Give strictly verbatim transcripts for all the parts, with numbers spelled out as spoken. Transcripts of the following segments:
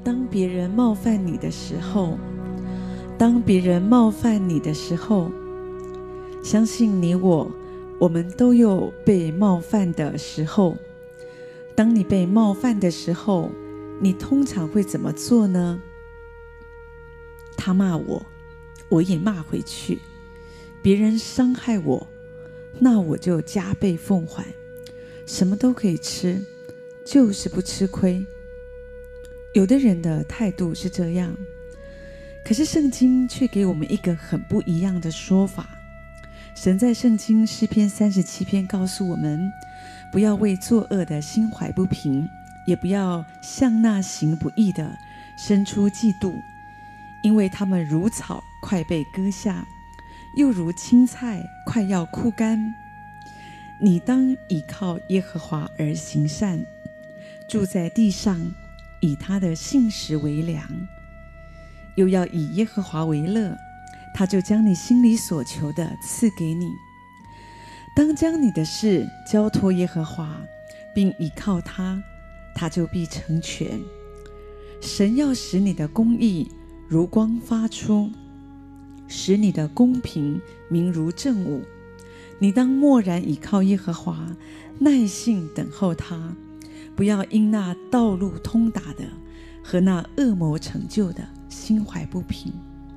当别人冒犯你的时候，当别人冒犯你的时候，相信你我，我们都有被冒犯的时候。当你被冒犯的时候，你通常会怎么做呢？他骂我，我也骂回去；别人伤害我，那我就加倍奉还。什么都可以吃，就是不吃亏。有的人的态度是这样，可是圣经却给我们一个很不一样的说法。神在圣经诗篇三十七篇告诉我们，不要为作恶的心怀不平，也不要向那行不义的生出嫉妒，因为他们如草快被割下，又如青菜快要枯干。你当倚靠耶和华而行善，住在地上，以他的信实为粮，又要以耶和华为乐，他就将你心里所求的赐给你。当将你的事交托耶和华，并倚靠他，他就必成全。神要使你的公义如光发出，使你的公平明如正午。你当默然倚靠耶和华，耐性等候他，不要因那道路通达的和那恶谋成就的心怀不平。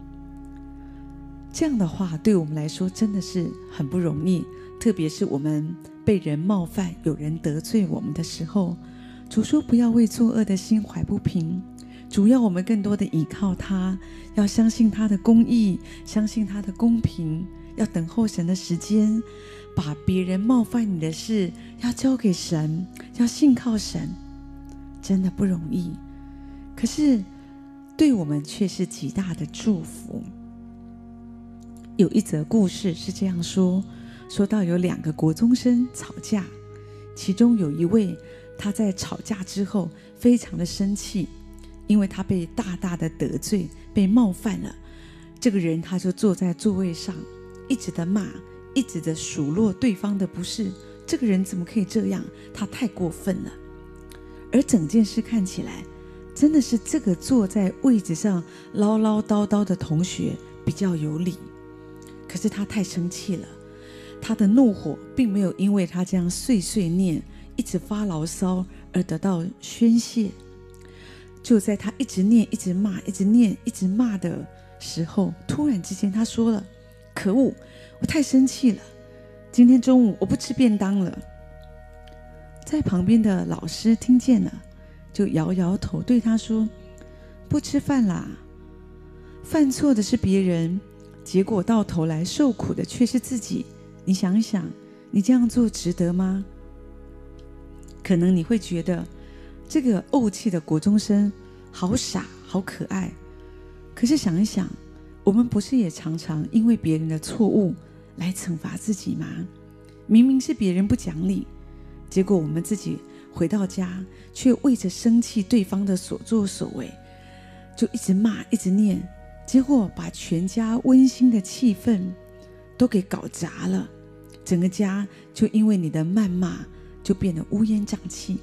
这样的话对我们来说真的是很不容易，特别是我们被人冒犯，有人得罪我们的时候，主说不要为作恶的心怀不平，主要我们更多的倚靠他，要相信他的公义，相信他的公平，要等候神的时间，把别人冒犯你的事要交给神，要信靠神，真的不容易，可是对我们却是极大的祝福。有一则故事是这样说，说到有两个国中生吵架，其中有一位他在吵架之后非常的生气，因为他被大大的得罪，被冒犯了。这个人他就坐在座位上，一直的骂，一直的数落对方的不是，这个人怎么可以这样，他太过分了。而整件事看起来真的是这个坐在位置上唠唠叨叨的同学比较有理，可是他太生气了，他的怒火并没有因为他这样碎碎念一直发牢骚而得到宣泄。就在他一直念一直骂一直念一直骂的时候，突然之间他说了，可恶，我太生气了，今天中午我不吃便当了。在旁边的老师听见了，就摇摇头对他说，不吃饭啦，犯错的是别人，结果到头来受苦的却是自己，你想一想，你这样做值得吗？可能你会觉得这个怄气的国中生好傻好可爱，可是想一想，我们不是也常常因为别人的错误来惩罚自己吗？明明是别人不讲理，结果我们自己回到家却为着生气对方的所作所为，就一直骂一直念，结果把全家温馨的气氛都给搞砸了，整个家就因为你的谩骂就变得乌烟瘴气。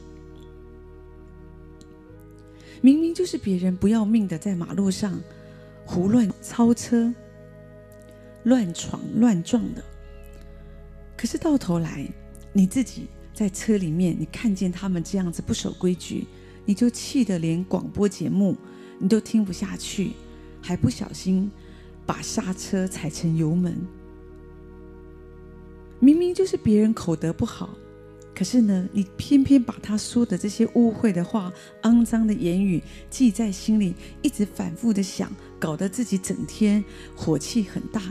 明明就是别人不要命的在马路上胡乱超车乱闯乱撞的，可是到头来你自己在车里面，你看见他们这样子不守规矩，你就气得连广播节目你都听不下去，还不小心把刹车踩成油门。明明就是别人口德不好，可是呢，你偏偏把他说的这些污秽的话、肮脏的言语记在心里，一直反复的想，搞得自己整天火气很大。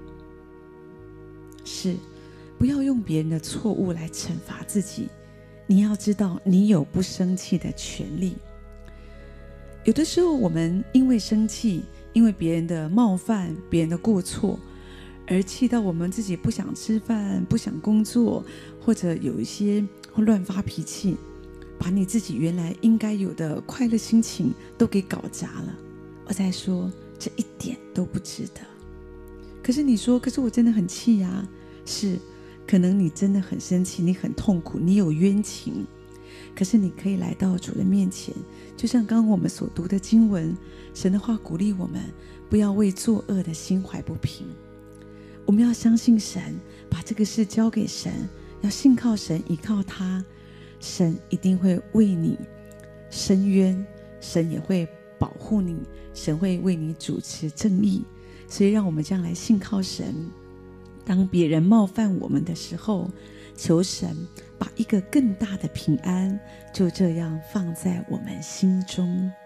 是，不要用别人的错误来惩罚自己，你要知道你有不生气的权利。有的时候我们因为生气，因为别人的冒犯、别人的过错，而气到我们自己不想吃饭、不想工作，或者有一些会乱发脾气，把你自己原来应该有的快乐心情都给搞砸了。我在说，这一点都不值得。可是你说，可是我真的很气啊。是，可能你真的很生气，你很痛苦，你有冤情， 可是你可以来到主的面前，就像刚刚我们所读的经文，神的话鼓励我们不要为作恶的心怀不平。我们要相信神，把这个事交给神，要信靠神，依靠他，神一定会为你伸冤，神也会保护你，神会为你主持正义。所以让我们这样来信靠神，当别人冒犯我们的时候，求神把一个更大的平安就这样放在我们心中。